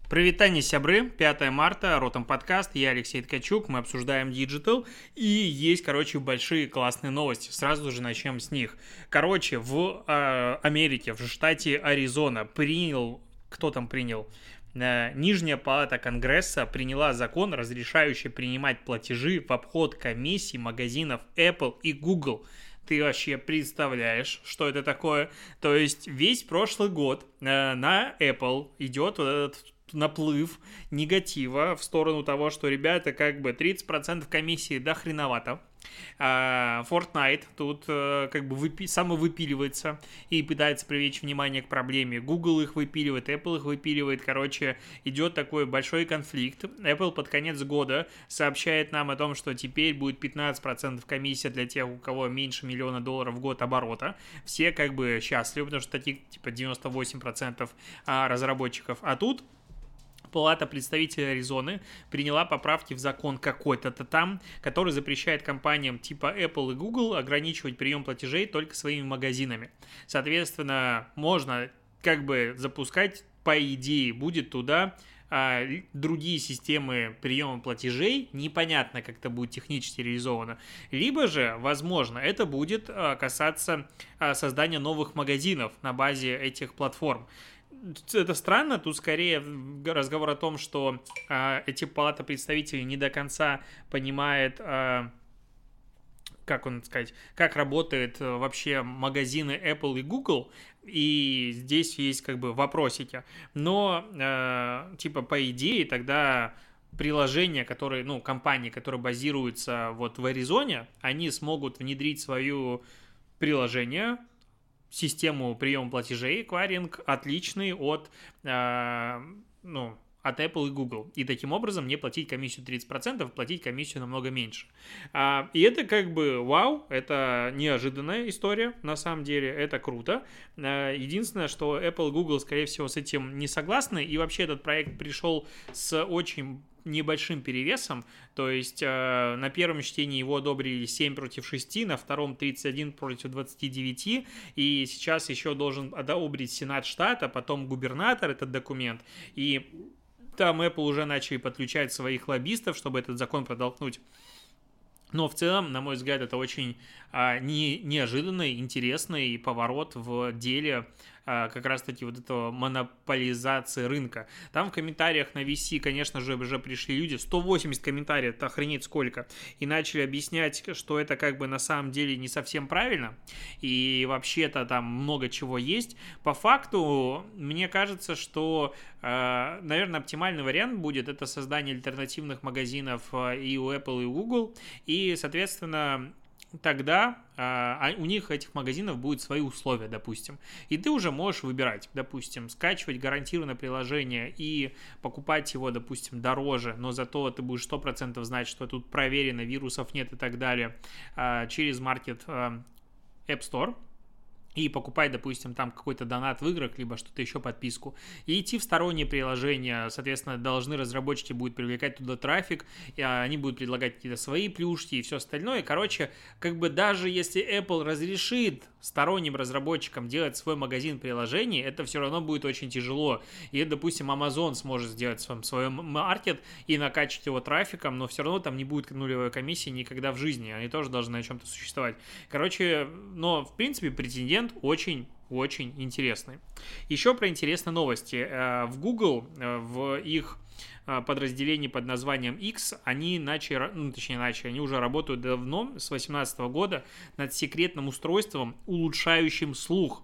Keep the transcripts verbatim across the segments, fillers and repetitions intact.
Привет, сябры, пятое марта, Ротом подкаст, я Алексей Ткачук, мы обсуждаем диджитал, и есть, короче, большие классные новости, сразу же начнем с них. Короче, в э, Америке, в штате Аризона принял, кто там принял? Э, Нижняя палата Конгресса приняла закон, разрешающий принимать платежи в обход комиссий магазинов Apple и Google. Ты вообще представляешь, что это такое? То есть весь прошлый год э, на Apple идет вот этот наплыв негатива в сторону того, что, ребята, как бы тридцать процентов комиссии до хреновато. А, Fortnite тут а, как бы выпи- самовыпиливается и пытается привлечь внимание к проблеме. Google их выпиливает, Apple их выпиливает. Короче, идет такой большой конфликт. Apple под конец года сообщает нам о том, что теперь будет пятнадцать процентов комиссия для тех, у кого меньше миллиона долларов в год оборота. Все как бы счастливы, потому что таких типа девяносто восемь процентов разработчиков. А тут Палата представителей Аризоны приняла поправки в закон какой-то-то там, который запрещает компаниям типа Apple и Google ограничивать прием платежей только своими магазинами. Соответственно, можно как бы запускать, по идее, будет туда а, другие системы приема платежей, непонятно, как это будет технически реализовано, либо же, возможно, это будет а, касаться а, создания новых магазинов на базе этих платформ. Это странно, тут скорее разговор о том, что э, эти палата представителей не до конца понимает, э, как он сказать, как работает э, вообще магазины Apple и Google, и здесь есть как бы вопросики. Но, э, типа, по идее, тогда приложения, которые, ну, компании, которые базируются вот в Аризоне, они смогут внедрить свое приложение, систему приема платежей, эквайринг, отличный от, э, ну, от Apple и Google. И таким образом не платить комиссию тридцать процентов, платить комиссию намного меньше. А, и это как бы вау, это неожиданная история, на самом деле, это круто. А, единственное, что Apple и Google, скорее всего, с этим не согласны, и вообще этот проект пришел с очень небольшим перевесом, то есть э, на первом чтении его одобрили семь против шести, на втором тридцать один против двадцати девяти, и сейчас еще должен одобрить Сенат штата, потом губернатор этот документ, и там Apple уже начали подключать своих лоббистов, чтобы этот закон протолкнуть. Но в целом, на мой взгляд, это очень а, не, неожиданный, интересный поворот в деле а, как раз-таки вот этого монополизации рынка. Там в комментариях на ви си, конечно же, уже пришли люди, сто восемьдесят комментариев, это охренеть сколько, и начали объяснять, что это как бы на самом деле не совсем правильно, и вообще-то там много чего есть. По факту, мне кажется, что, а, наверное, оптимальный вариант будет это создание альтернативных магазинов и у Apple, и у Google, и И, соответственно, тогда а, у них, этих магазинов, будут свои условия, допустим. И ты уже можешь выбирать, допустим, скачивать гарантированное приложение и покупать его, допустим, дороже, но зато ты будешь сто процентов знать, что тут проверено, вирусов нет и так далее, а, через маркет а, App Store. И покупать, допустим, там какой-то донат в играх, либо что-то еще, подписку, и идти в сторонние приложения, соответственно, должны разработчики будут привлекать туда трафик, и они будут предлагать какие-то свои плюшки и все остальное. Короче, как бы даже если Apple разрешит сторонним разработчикам делать свой магазин приложений, это все равно будет очень тяжело. И, допустим, Amazon сможет сделать свой, свой маркет и накачать его трафиком, но все равно там не будет нулевой комиссии никогда в жизни, они тоже должны на чем-то существовать. Короче, но, в принципе, претендент очень-очень интересный. Еще про интересные новости. В Google, в их подразделении под названием X, они начали, ну, точнее, начали, они уже работают давно, с две тысячи восемнадцатого года, над секретным устройством, улучшающим слух.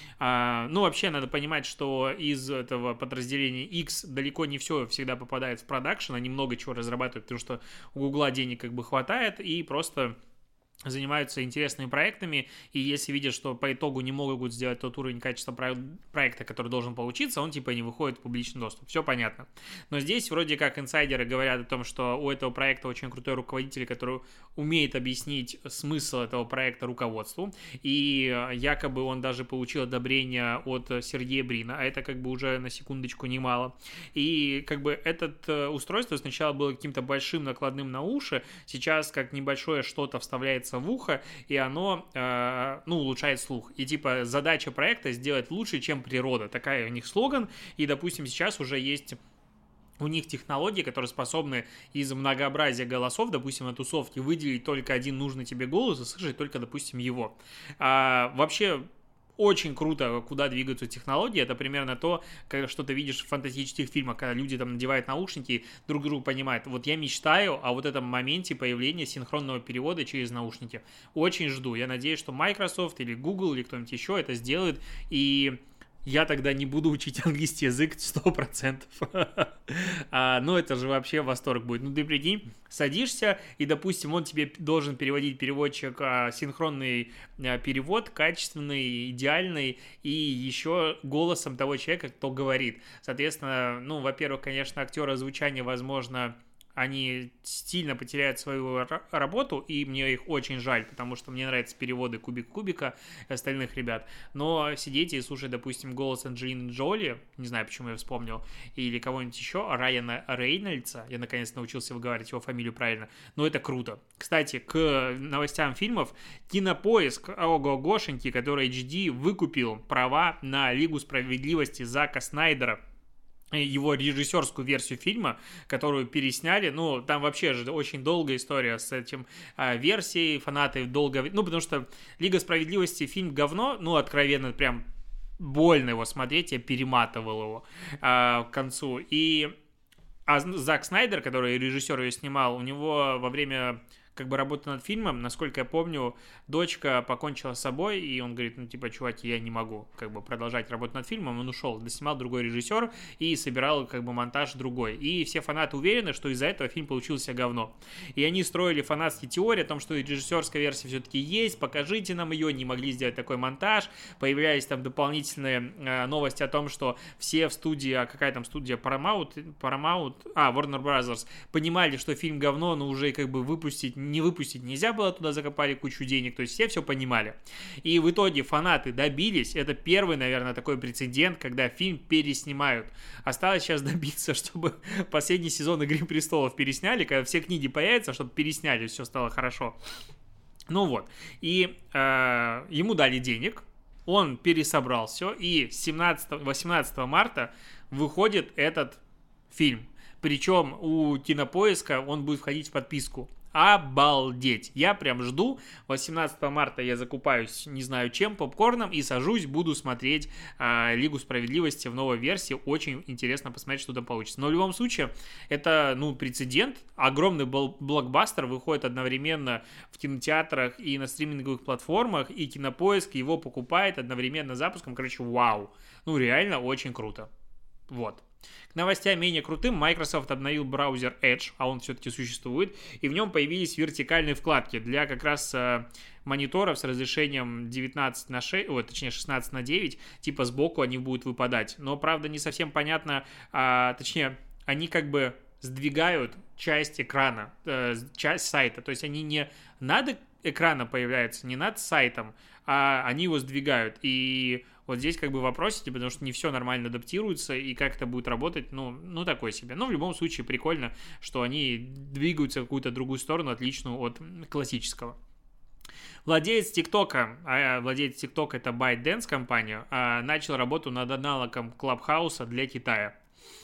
А, ну, вообще, надо понимать, что из этого подразделения X далеко не все всегда попадает в продакшн, они много чего разрабатывают, потому что у Гугла денег как бы хватает, и просто занимаются интересными проектами, и если видят, что по итогу не могут сделать тот уровень качества проекта, который должен получиться, он типа не выходит в публичный доступ. Все понятно. Но здесь вроде как инсайдеры говорят о том, что у этого проекта очень крутой руководитель, который умеет объяснить смысл этого проекта руководству, и якобы он даже получил одобрение от Сергея Брина, а это как бы уже на секундочку немало. И как бы это устройство сначала было каким-то большим накладным на уши, сейчас как небольшое что-то вставляется в ухо, и оно, э, ну, улучшает слух. И, типа, задача проекта сделать лучше, чем природа. Такая у них слоган, и, допустим, сейчас уже есть у них технологии, которые способны из многообразия голосов, допустим, на тусовке выделить только один нужный тебе голос и слышать только, допустим, его. А, вообще... Очень круто, куда двигаются технологии. Это примерно то, когда что ты видишь в фантастических фильмах, когда люди там надевают наушники, друг другу понимают. Вот я мечтаю о вот этом моменте появления синхронного перевода через наушники. Очень жду. Я надеюсь, что Microsoft или Google или кто-нибудь еще это сделает, и я тогда не буду учить английский язык сто процентов. а, ну, это же вообще восторг будет. Ну, ты прикинь, садишься, и, допустим, он тебе должен переводить, переводчик, а, синхронный а, перевод, качественный, идеальный, и еще голосом того человека, кто говорит. Соответственно, ну, во-первых, конечно, актеры озвучания, возможно... они сильно потеряют свою работу, и мне их очень жаль, потому что мне нравятся переводы Кубик-Кубика и остальных ребят. Но сидеть и слушать, допустим, голос Анджелины Джоли, не знаю, почему я вспомнил, или кого-нибудь еще, Райана Рейнольдса, я наконец научился выговаривать его фамилию правильно, но это круто. Кстати, к новостям фильмов, Кинопоиск, ого-гошеньки, который эйч ди выкупил права на Лигу Справедливости Зака Снайдера, его режиссерскую версию фильма, которую пересняли, ну, там вообще же очень долгая история с этим а, версией, фанаты долго... Ну, потому что «Лига справедливости» фильм говно, ну, откровенно, прям больно его смотреть, я перематывал его а, к концу. И а Зак Снайдер, который режиссер ее снимал, у него во время... как бы работа над фильмом, насколько я помню, дочка покончила с собой, и он говорит, ну, типа, чуваки, я не могу, как бы, продолжать работать над фильмом, он ушел, доснимал другой режиссер и собирал, как бы, монтаж другой, и все фанаты уверены, что из-за этого фильм получился говно, и они строили фанатские теории о том, что режиссерская версия все-таки есть, покажите нам ее, не могли сделать такой монтаж, появлялись там дополнительные э, новости о том, что все в студии, а какая там студия, Paramount, Paramount, а, Warner Brothers, понимали, что фильм говно, но уже, как бы, выпустить не выпустить нельзя было, туда закопали кучу денег, то есть все все понимали. И в итоге фанаты добились, это первый, наверное, такой прецедент, когда фильм переснимают. Осталось сейчас добиться, чтобы последний сезон «Игры престолов» пересняли, когда все книги появятся, чтобы пересняли, все стало хорошо. Ну вот, и э, ему дали денег, он пересобрал все, и семнадцатого-восемнадцатого марта выходит этот фильм. Причем у Кинопоиска он будет входить в подписку. Обалдеть! Я прям жду. восемнадцатого марта я закупаюсь, не знаю чем, попкорном и сажусь, буду смотреть э, Лигу Справедливости в новой версии. Очень интересно посмотреть, что там получится. Но в любом случае, это, ну, прецедент. Огромный блокбастер выходит одновременно в кинотеатрах и на стриминговых платформах, и Кинопоиск его покупает одновременно с запуском. Короче, вау! Ну, реально очень круто. Вот. К новостям менее крутым, Microsoft обновил браузер Edge, а он все-таки существует, и в нем появились вертикальные вкладки для как раз э, мониторов с разрешением девятнадцать на шесть, о, точнее шестнадцать на девять, типа сбоку они будут выпадать. Но, правда, не совсем понятно, а, точнее, они как бы сдвигают часть экрана, э, часть сайта, то есть они не над экраном появляются, не над сайтом, а они его сдвигают, и... Вот здесь как бы вопросики, потому что не все нормально адаптируется, и как это будет работать, ну, ну такое себе. Но в любом случае прикольно, что они двигаются в какую-то другую сторону, отличную от классического. Владелец ТикТока, а владелец ТикТока это ByteDance компания, начал работу над аналогом Клабхауса для Китая.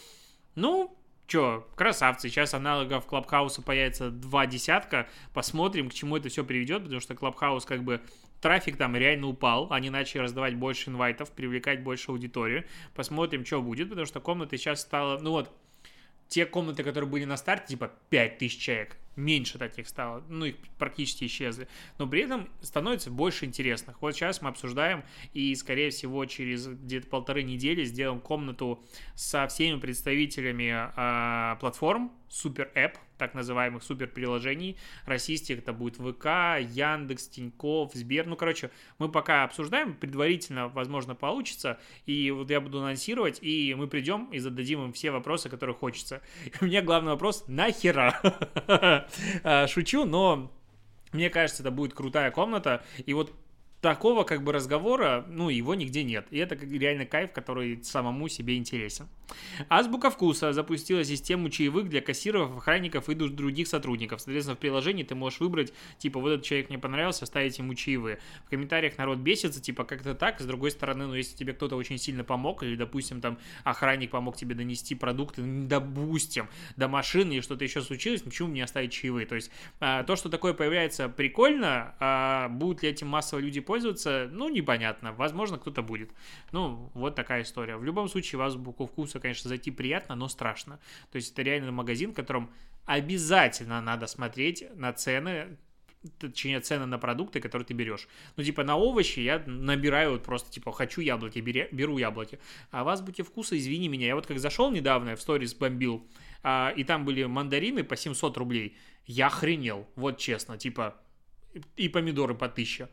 Ну... Че, красавцы, сейчас аналогов Клабхауса появится два десятка, посмотрим, к чему это все приведет, потому что Клабхаус как бы, трафик там реально упал, они начали раздавать больше инвайтов, привлекать больше аудиторию, посмотрим, что будет, потому что комнаты сейчас стало, ну вот, те комнаты, которые были на старте, типа пять тысяч человек, меньше таких стало, ну их практически исчезли, но при этом становится больше интересных. Вот сейчас мы обсуждаем и, скорее всего, через где-то полторы недели сделаем комнату со всеми представителями э, платформ, супер-эп, так называемых супер-приложений. Российских это будет ВК, Яндекс, Тинькофф, Сбер. Ну, короче, мы пока обсуждаем, предварительно, возможно, получится, и вот я буду анонсировать, и мы придем и зададим им все вопросы, которые хочется. И у меня главный вопрос: нахера? Шучу, но мне кажется, это будет крутая комната, и вот такого как бы разговора, ну, его нигде нет. И это как реально кайф, который самому себе интересен. Азбука Вкуса запустила систему чаевых для кассиров, охранников и других сотрудников. Соответственно, в приложении ты можешь выбрать, типа, вот этот человек мне понравился, ставить ему чаевые. В комментариях народ бесится, типа, как-то так. С другой стороны, ну, если тебе кто-то очень сильно помог, или, допустим, там, охранник помог тебе донести продукты, ну, допустим, до машины, и что-то еще случилось, почему мне оставить чаевые? То есть, а, то, что такое появляется, прикольно, а будут ли этим массово люди пользоваться, ну, непонятно. Возможно, кто-то будет. Ну, вот такая история. В любом случае, в Азбуку Вкуса, конечно, зайти приятно, но страшно. То есть, это реально магазин, в котором обязательно надо смотреть на цены, точнее, цены на продукты, которые ты берешь. Ну, типа, на овощи я набираю вот просто, типа, хочу яблоки, беру яблоки. А в Азбуке Вкуса, извини меня, я вот как зашел недавно, в сторис бомбил, а, и там были мандарины по семьсот рублей. Я охренел, вот честно, типа, и помидоры по тысяче.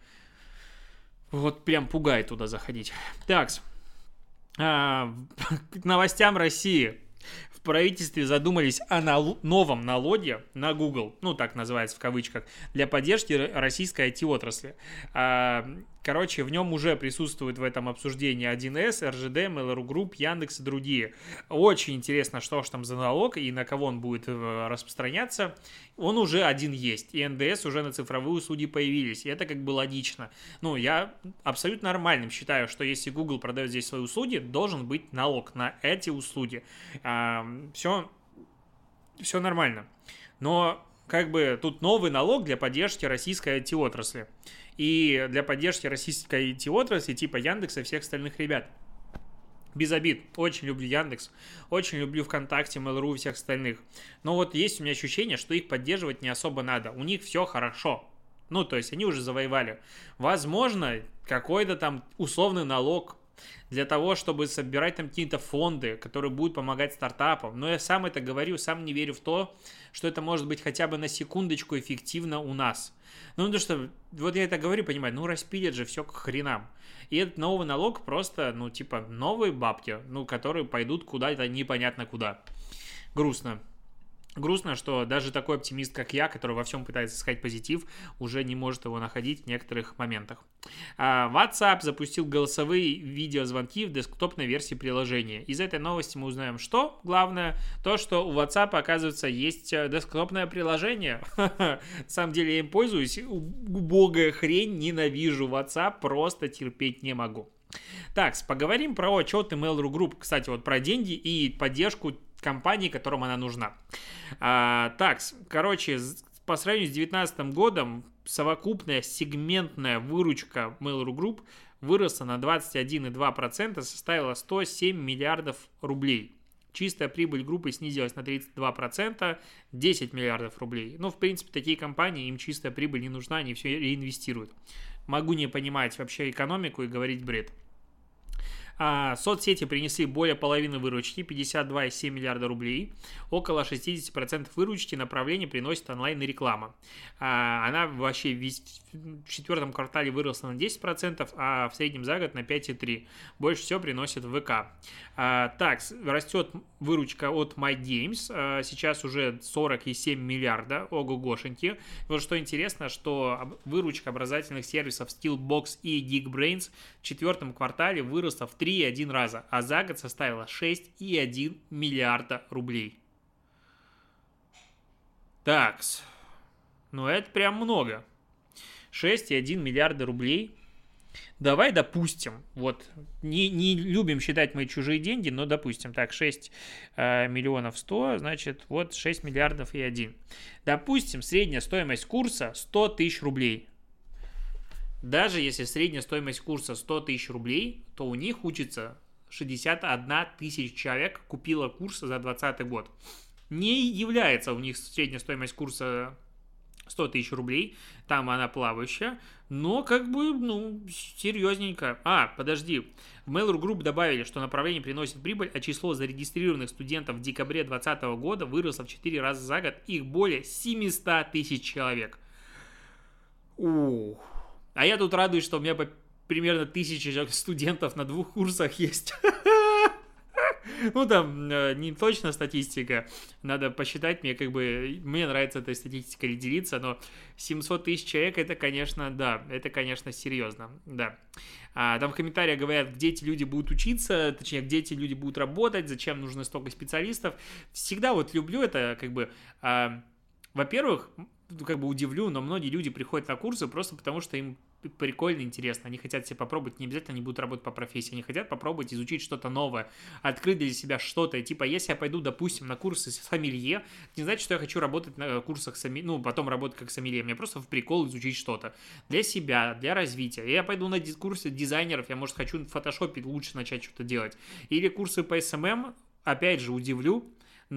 Вот прям пугает туда заходить. Так, а, к новостям России. В правительстве задумались о нал- новом налоге на Google, ну так называется в кавычках, для поддержки российской ай ти-отрасли. А, короче, в нем уже присутствует в этом обсуждении один эс, эр жэ дэ, Mail.ru Group, Яндекс и другие. Очень интересно, что же там за налог и на кого он будет распространяться. Он уже один есть, и эн дэ эс уже на цифровые услуги появились, и это как бы логично. Ну, я абсолютно нормальным считаю, что если Google продает здесь свои услуги, должен быть налог на эти услуги. А, все, все нормально. Но как бы тут новый налог для поддержки российской ай ти-отрасли. И для поддержки российской ай ти-отрасли типа Яндекса и всех остальных ребят. Без обид. Очень люблю Яндекс. Очень люблю ВКонтакте, Mail.ru и всех остальных. Но вот есть у меня ощущение, что их поддерживать не особо надо. У них все хорошо. Ну, то есть они уже завоевали. Возможно, какой-то там условный налог для того, чтобы собирать там какие-то фонды, которые будут помогать стартапам. Но я сам это говорю, сам не верю в то, что это может быть хотя бы на секундочку эффективно у нас. Ну, потому что, вот я это говорю, понимаю, ну, распилят же все к хренам. И этот новый налог просто, ну, типа, новые бабки, ну, которые пойдут куда-то непонятно куда. Грустно. Грустно, что даже такой оптимист, как я, который во всем пытается искать позитив, уже не может его находить в некоторых моментах. WhatsApp запустил голосовые видеозвонки в десктопной версии приложения. Из этой новости мы узнаем, что главное, то, что у WhatsApp, оказывается, есть десктопное приложение. На самом деле я им пользуюсь, убогая хрень, ненавижу WhatsApp, просто терпеть не могу. Так, поговорим про отчеты Mail.ru Group, кстати, вот про деньги и поддержку компании, которым она нужна. А, так, короче, по сравнению с две тысячи девятнадцатым годом совокупная сегментная выручка Mail.ru Group выросла на двадцать один целых два десятых процента, составила сто семь миллиардов рублей. Чистая прибыль группы снизилась на тридцать два процента, десять миллиардов рублей. Ну, в принципе, такие компании, им чистая прибыль не нужна, они все реинвестируют. Могу не понимать вообще экономику и говорить бред. А, соцсети принесли более половины выручки, пятьдесят два целых семь десятых миллиарда рублей. Около шестьдесят процентов выручки направления приносит онлайн и реклама. А, она вообще в четвертом квартале выросла на десять процентов, а в среднем за год на пять целых три десятых. Больше всего приносит ВК. А, так, растет выручка от MyGames. А, сейчас уже сорок целых семь десятых миллиарда. Ого-гошеньки. Вот что интересно, что выручка образовательных сервисов Skillbox и Geekbrains в четвертом квартале выросла в три целых один раза, а за год составила шесть целых один десятый миллиарда рублей. Такс. Ну, это прям много. шесть целых один десятый миллиарда рублей. Давай допустим, вот, не, не любим считать мы чужие деньги, но допустим, так, шесть э, миллионов сто, значит, вот шесть миллиардов и один. Допустим, средняя стоимость курса сто тысяч рублей. Даже если средняя стоимость курса сто тысяч рублей, то у них учится шестьдесят одна тысяча человек купила курс за двадцатый год. Не является у них средняя стоимость курса сто тысяч рублей, там она плавающая, но как бы, ну, серьезненько. А, подожди, в Mail.ru Group добавили, что направление приносит прибыль, а число зарегистрированных студентов в декабре двадцатого года выросло в четыре раза за год, их более семьсот тысяч человек. Ух. А я тут радуюсь, что у меня примерно тысяча студентов на двух курсах есть. Ну, там э, не точно статистика, надо посчитать, мне как бы, мне нравится этой статистикой делиться, но семьсот тысяч человек, это, конечно, да, это, конечно, серьезно, да. А, там в комментариях говорят, где эти люди будут учиться, точнее, где эти люди будут работать, зачем нужно столько специалистов. Всегда вот люблю это, как бы, а, во-первых, как бы удивлю, но многие люди приходят на курсы просто потому, что им прикольно, интересно, они хотят себе попробовать, не обязательно они будут работать по профессии, они хотят попробовать изучить что-то новое, открыть для себя что-то, типа, если я пойду, допустим, на курсы с сомелье, не значит, что я хочу работать на курсах сомелье, ну, потом работать как сомелье, мне просто в прикол изучить что-то для себя, для развития, я пойду на курсы дизайнеров, я, может, хочу в фотошопе лучше начать что-то делать, или курсы по эс эм эм, опять же, удивлю,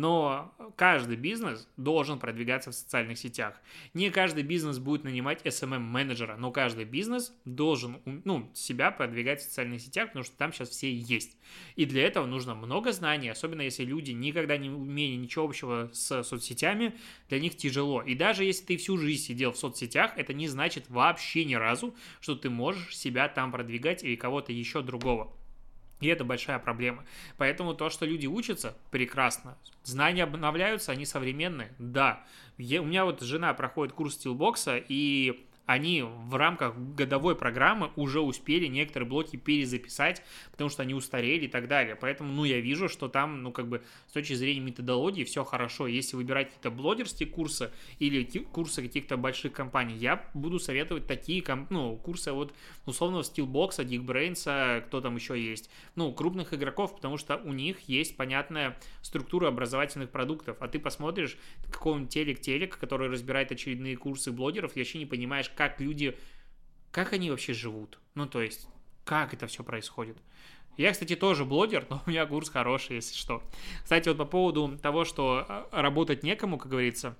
но каждый бизнес должен продвигаться в социальных сетях. Не каждый бизнес будет нанимать эс эм эм-менеджера, но каждый бизнес должен, ну, себя продвигать в социальных сетях, потому что там сейчас все есть. И для этого нужно много знаний, особенно если люди никогда не имели ничего общего с соцсетями, для них тяжело. И даже если ты всю жизнь сидел в соцсетях, это не значит вообще ни разу, что ты можешь себя там продвигать или кого-то еще другого. И это большая проблема. Поэтому то, что люди учатся, прекрасно. Знания обновляются, они современные, да. Я, у меня вот жена проходит курс стилбокса, и они в рамках годовой программы уже успели некоторые блоки перезаписать, потому что они устарели и так далее. Поэтому, ну, я вижу, что там, ну, как бы, с точки зрения методологии все хорошо. Если выбирать какие-то блогерские курсы или курсы каких-то больших компаний, я буду советовать такие, ну, курсы вот, условного Skillbox, Geekbrains, кто там еще есть, ну, крупных игроков, потому что у них есть понятная структура образовательных продуктов. А ты посмотришь какого-нибудь телек-телек, который разбирает очередные курсы блогеров, и вообще не понимаешь, как люди, как они вообще живут. Ну, то есть, как это все происходит. Я, кстати, тоже блогер, но у меня курс хороший, если что. Кстати, вот по поводу того, что работать некому, как говорится,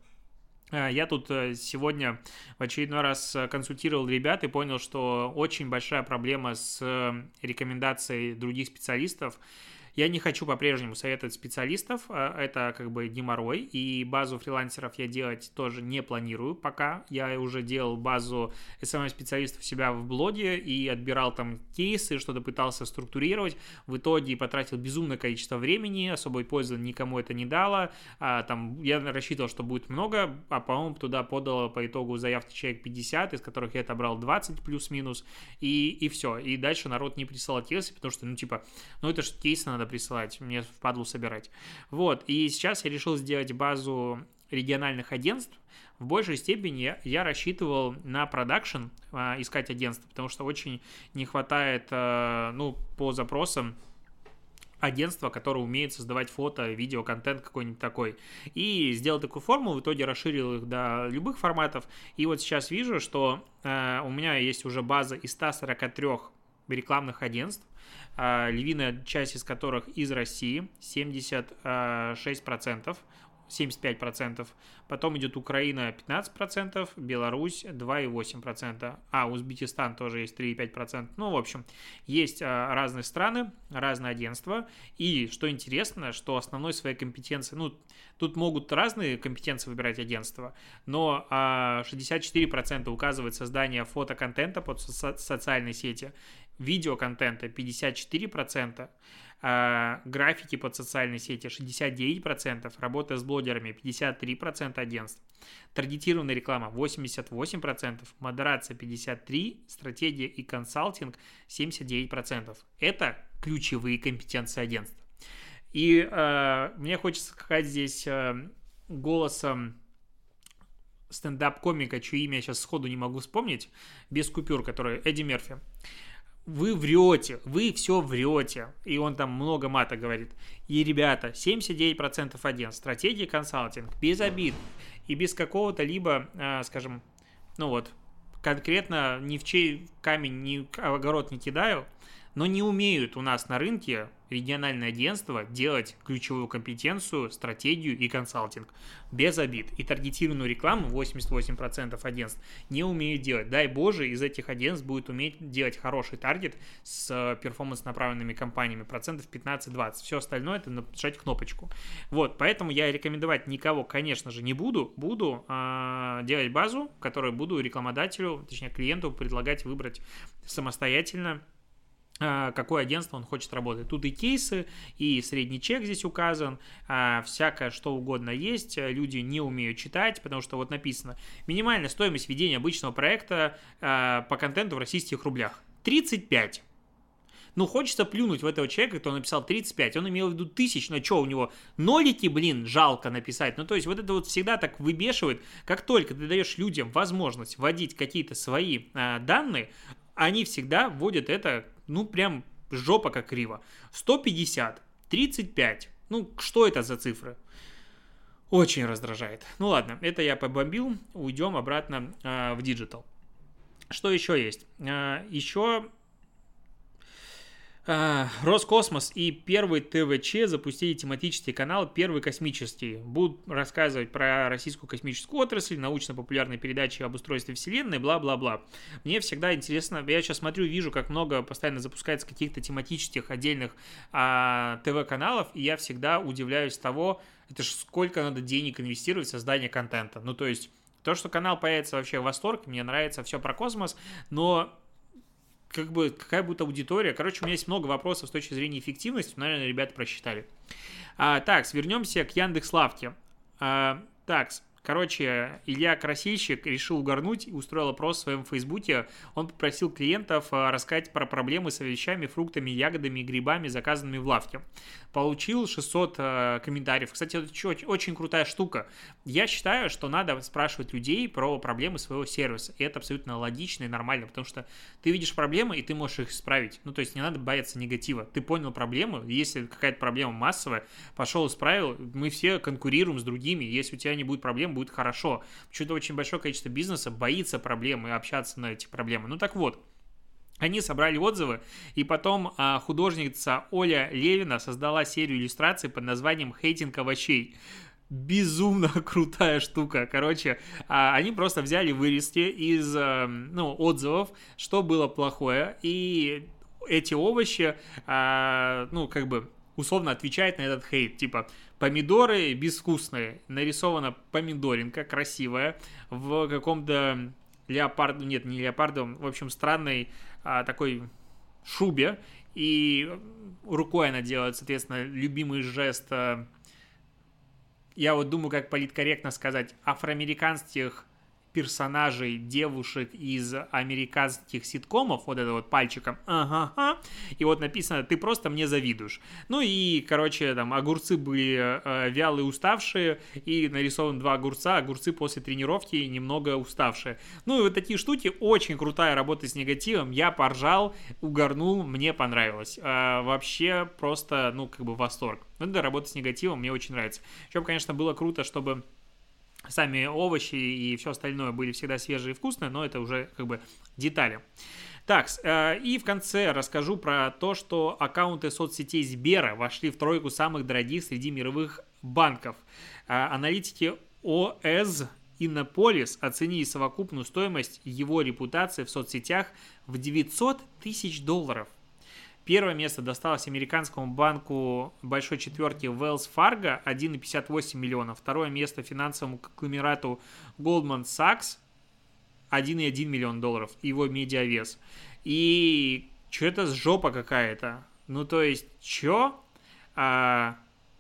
я тут сегодня в очередной раз консультировал ребят и понял, что очень большая проблема с рекомендацией других специалистов. Я не хочу по-прежнему советовать специалистов, это как бы геморрой, и базу фрилансеров я делать тоже не планирую пока. Я уже делал базу эс эм эм-специалистов у себя в блоге и отбирал там кейсы, что-то пытался структурировать. В итоге потратил безумное количество времени, особой пользы никому это не дало. А, там, я рассчитывал, что будет много, а, по-моему, туда подало по итогу заявки человек пятьдесят, из которых я отобрал двадцать плюс-минус, и, и все. И дальше народ не присылал кейсы, потому что, ну, типа, ну, это же кейсы надо присылать, мне впадлу собирать. Вот, и сейчас я решил сделать базу региональных агентств. В большей степени я, я рассчитывал на продакшн, а, искать агентство, потому что очень не хватает, а, ну, по запросам агентства, которое умеет создавать фото, видео, контент какой-нибудь такой. И сделал такую форму, в итоге расширил их до любых форматов. И вот сейчас вижу, что э, у меня есть уже база из ста сорока трёх рекламных агентств, львиная часть из которых из России, семьдесят шесть процентов, семьдесят пять процентов. Потом идет Украина пятнадцать процентов, Беларусь два и восемь десятых процента, а Узбекистан тоже есть три и пять десятых процента. Ну, в общем, есть разные страны, разные агентства. И что интересно, что основной своей компетенции, ну, тут могут разные компетенции выбирать агентства, но шестьдесят четыре процента указывает создание фотоконтента под со- социальные сети, видеоконтента пятьдесят четыре процента, а, графики под социальные сети шестьдесят девять процентов, работа с блогерами пятьдесят три процента агентств, таргетированная реклама восемьдесят восемь процентов, модерация пятьдесят три процента, стратегия и консалтинг семьдесят девять процентов. Это ключевые компетенции агентств. И э, мне хочется сказать здесь э, голосом стендап-комика, чье имя я сейчас сходу не могу вспомнить, без купюр, который Эдди Мерфи. Вы врете, вы все врете. И он там много мата говорит. И, ребята, семьдесят девять процентов агентств, стратегия консалтинг, без обид и без какого-то либо, э, скажем, ну вот, конкретно ни в чей камень, ни в огород не кидаю, но не умеют у нас на рынке региональные агентства делать ключевую компетенцию, стратегию и консалтинг. Без обид. И таргетированную рекламу восемьдесят восемь процентов агентств не умеют делать. Дай Боже, из этих агентств будет уметь делать хороший таргет с перформанс-направленными компаниями. Процентов пятнадцать-двадцать. Все остальное это нажать кнопочку. Вот, поэтому я рекомендовать никого, конечно же, не буду. Буду э, делать базу, которую буду рекламодателю, точнее клиенту предлагать выбрать самостоятельно какое агентство он хочет работать. Тут и кейсы, и средний чек здесь указан, всякое что угодно есть. Люди не умеют читать, потому что вот написано: минимальная стоимость ведения обычного проекта по контенту в российских рублях тридцать пять. Ну, хочется плюнуть в этого человека, кто написал тридцать пять, он имел в виду тысяч, но что, у него нолики, блин, жалко написать. Ну, то есть вот это вот всегда так выбешивает, как только ты даешь людям возможность вводить какие-то свои а, данные, они всегда вводят это, ну, прям жопа как криво. сто пятьдесят, тридцать пять, ну, что это за цифры? Очень раздражает. Ну, ладно, это я побомбил, уйдем обратно а, в диджитал. Что еще есть? А, еще... Роскосмос и Первый ТВЧ запустили тематический канал «Первый космический». Будут рассказывать про российскую космическую отрасль, научно-популярные передачи об устройстве Вселенной, бла-бла-бла. Мне всегда интересно, я сейчас смотрю, вижу, как много постоянно запускается каких-то тематических отдельных а, ТВ-каналов, и я всегда удивляюсь того, это ж сколько надо денег инвестировать в создание контента. Ну, то есть, то, что канал появится, вообще восторг, мне нравится все про космос, но... как бы, какая будет аудитория. Короче, у меня есть много вопросов с точки зрения эффективности. Наверное, ребята просчитали. А, так, вернемся к Яндекс.Лавке. А, так, короче, Илья Красильщик решил угорнуть и устроил опрос в своем фейсбуке. Он попросил клиентов рассказать про проблемы с овощами, фруктами, ягодами и грибами, заказанными в лавке. Получил шестьсот э, комментариев. Кстати, это очень, очень крутая штука. Я считаю, что надо спрашивать людей про проблемы своего сервиса. И это абсолютно логично и нормально, потому что ты видишь проблемы, и ты можешь их исправить. Ну, то есть не надо бояться негатива. Ты понял проблему, если какая-то проблема массовая, пошел исправил, мы все конкурируем с другими. Если у тебя не будет проблем, будет хорошо. Почему-то очень большое количество бизнеса боится проблем и общаться на эти проблемы. Ну, так вот. Они собрали отзывы, и потом а, художница Оля Левина создала серию иллюстраций под названием «Хейтинг овощей». Безумно крутая штука. Короче, а, они просто взяли вырезки из а, ну, отзывов, что было плохое, и эти овощи, а, ну, как бы, условно отвечают на этот хейт. Типа, помидоры безвкусные, нарисована помидоринка красивая в каком-то леопард... нет, не леопардовом, в общем, странной а, такой шубе, и рукой она делает, соответственно, любимый жест, а, я вот думаю, как политкорректно сказать, афроамериканских персонажей, девушек из американских ситкомов, вот это вот пальчиком, ага, и вот написано: ты просто мне завидуешь. Ну и, короче, там огурцы были э, вялые, уставшие, и нарисованы два огурца, огурцы после тренировки немного уставшие. Ну и вот такие штуки, очень крутая работа с негативом, я поржал, угорнул, мне понравилось. Э, вообще просто, ну, как бы восторг. Ну, да, работа с негативом мне очень нравится. Еще, конечно, было круто, чтобы сами овощи и все остальное были всегда свежие и вкусные, но это уже как бы детали. Так, и в конце расскажу про то, что аккаунты соцсетей Сбера вошли в тройку самых дорогих среди мировых банков. Аналитики ОЭЗ Иннополис оценили совокупную стоимость его репутации в соцсетях в девятьсот тысяч долларов. Первое место досталось американскому банку большой четверки Wells Fargo один целых пятьдесят восемь миллионов. Второе место финансовому конгломерату Goldman Sachs один целых один миллион долларов. Его медиавес. И что это с жопа какая-то? Ну, то есть, чё? А,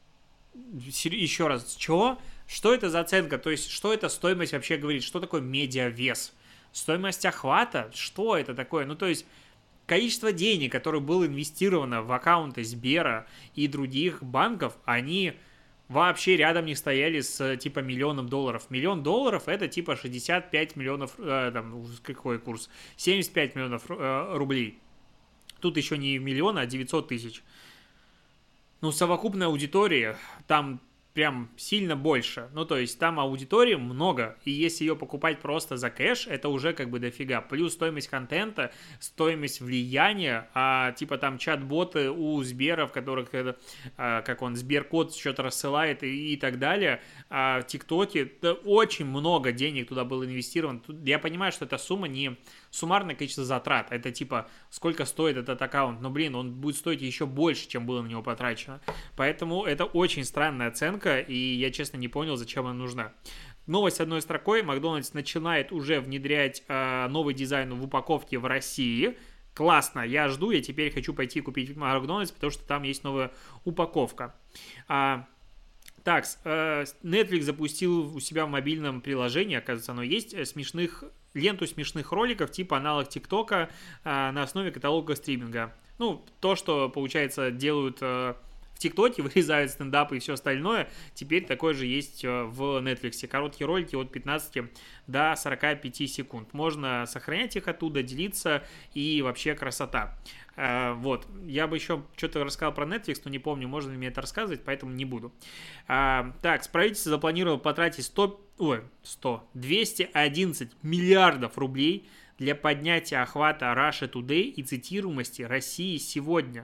еще раз, чё? Что это за оценка? То есть, что это стоимость вообще говорит? Что такое медиавес? Стоимость охвата? Что это такое? Ну, то есть... количество денег, которое было инвестировано в аккаунты Сбера и других банков, они вообще рядом не стояли с типа миллионом долларов. Миллион долларов это типа шестьдесят пять миллионов, э, там, какой курс? семьдесят пять миллионов э, рублей. Тут еще не миллион, а девятьсот тысяч. Ну, совокупная аудитория там прям сильно больше. Ну, то есть там аудитории много, и если ее покупать просто за кэш, это уже как бы дофига. Плюс стоимость контента, стоимость влияния, а типа там чат-боты у Сбера, в которых, а, как он, Сберкот что-то рассылает и, и так далее, а в ТикТоке да, очень много денег туда было инвестировано. Тут, я понимаю, что эта сумма не суммарное количество затрат, это типа сколько стоит этот аккаунт, но блин, он будет стоить еще больше, чем было на него потрачено. Поэтому это очень странная оценка, и я честно не понял, зачем она нужна. Новость одной строкой: Макдональдс начинает уже внедрять э, новый дизайн в упаковке в России. классно, я жду, я теперь хочу пойти купить Макдональдс, потому что там есть новая упаковка. А, так, Netflix запустил у себя в мобильном приложении, оказывается, оно есть, смешных, ленту смешных роликов, типа аналог ТикТока на основе каталога стриминга. Ну, то, что, получается, делают в ТикТоке, вырезают стендапы и все остальное, теперь такое же есть в Netflix. Короткие ролики от пятнадцати до сорока пяти секунд. Можно сохранять их оттуда, делиться, и вообще красота. Вот, я бы еще что-то рассказал про Netflix, но не помню, можно ли мне это рассказывать, поэтому не буду. Так, правительство запланировало потратить сто, ой, сто, двести одиннадцать миллиардов рублей для поднятия охвата Russia Today и цитируемости России сегодня.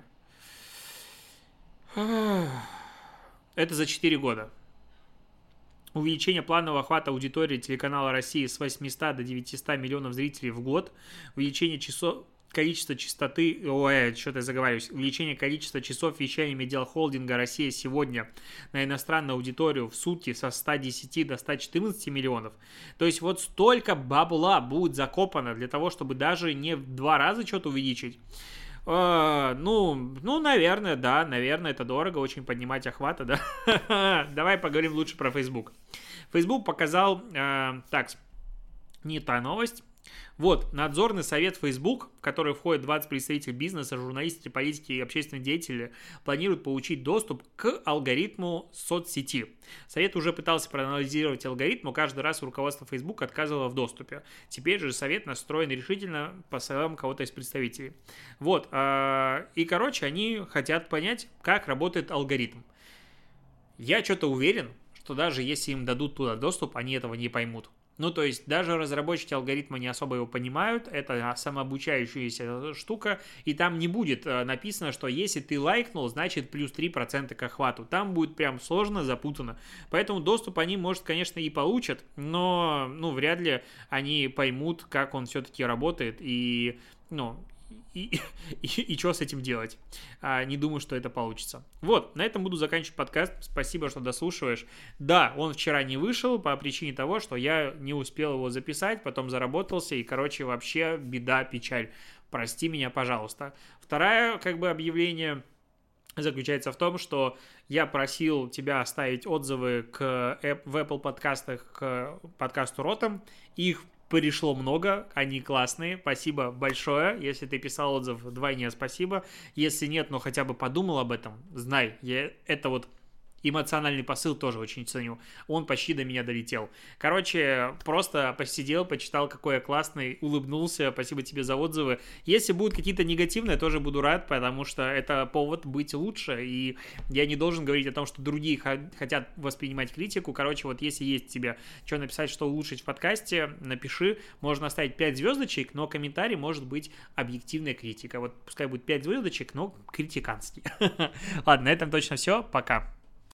Это за четыре года. Увеличение планового охвата аудитории телеканала России с восьмисот до девятисот миллионов зрителей в год. Увеличение часов, количества частоты, ой, что-то я заговариваюсь. Увеличение количества часов вещания медиахолдинга Россия сегодня на иностранную аудиторию в сутки со ста десяти до ста четырнадцати миллионов. То есть вот столько бабла будет закопано для того, чтобы даже не в два раза что-то увеличить. Uh, ну, ну, наверное, да, наверное, это дорого, очень поднимать охвата, да. Давай поговорим лучше про Facebook. Facebook показал, uh, так, не та новость. Вот, надзорный совет Facebook, в который входит двадцать представителей бизнеса, журналисты, политики и общественные деятели, планирует получить доступ к алгоритму соцсети. Совет уже пытался проанализировать алгоритм, но каждый раз руководство Facebook отказывало в доступе. Теперь же совет настроен решительно по словам кого-то из представителей. Вот, и, короче, они хотят понять, как работает алгоритм. Я что-то уверен, что даже если им дадут туда доступ, они этого не поймут. Ну, то есть, даже разработчики алгоритма не особо его понимают, это самообучающаяся штука, и там не будет написано, что если ты лайкнул, значит плюс три процента к охвату. Там будет прям сложно, запутанно. Поэтому доступ они, может, конечно, и получат, но, ну, вряд ли они поймут, как он все-таки работает, и, ну... И, и, и что с этим делать? А, не думаю, что это получится. Вот, на этом буду заканчивать подкаст. Спасибо, что дослушиваешь. Да, он вчера не вышел по причине того, что я не успел его записать, потом заработался, и, короче, вообще беда, печаль. Прости меня, пожалуйста. Второе, как бы, объявление заключается в том, что я просил тебя оставить отзывы к, в Apple подкастах к подкасту Ротом. Их пришло много, они классные, спасибо большое. Если ты писал отзыв, вдвойне спасибо. Если нет, но хотя бы подумал об этом, знай, я, это вот эмоциональный посыл тоже очень ценю. Он почти до меня долетел. Короче, просто посидел, почитал, какой я классный, улыбнулся. Спасибо тебе за отзывы. Если будут какие-то негативные, тоже буду рад, потому что это повод быть лучше. И я не должен говорить о том, что другие хотят воспринимать критику. Короче, вот если есть тебе что написать, что улучшить в подкасте, напиши. Можно оставить пять звездочек, но комментарий может быть объективная критика. Вот пускай будет пять звездочек, но критиканский. Ладно, на этом точно все. Пока.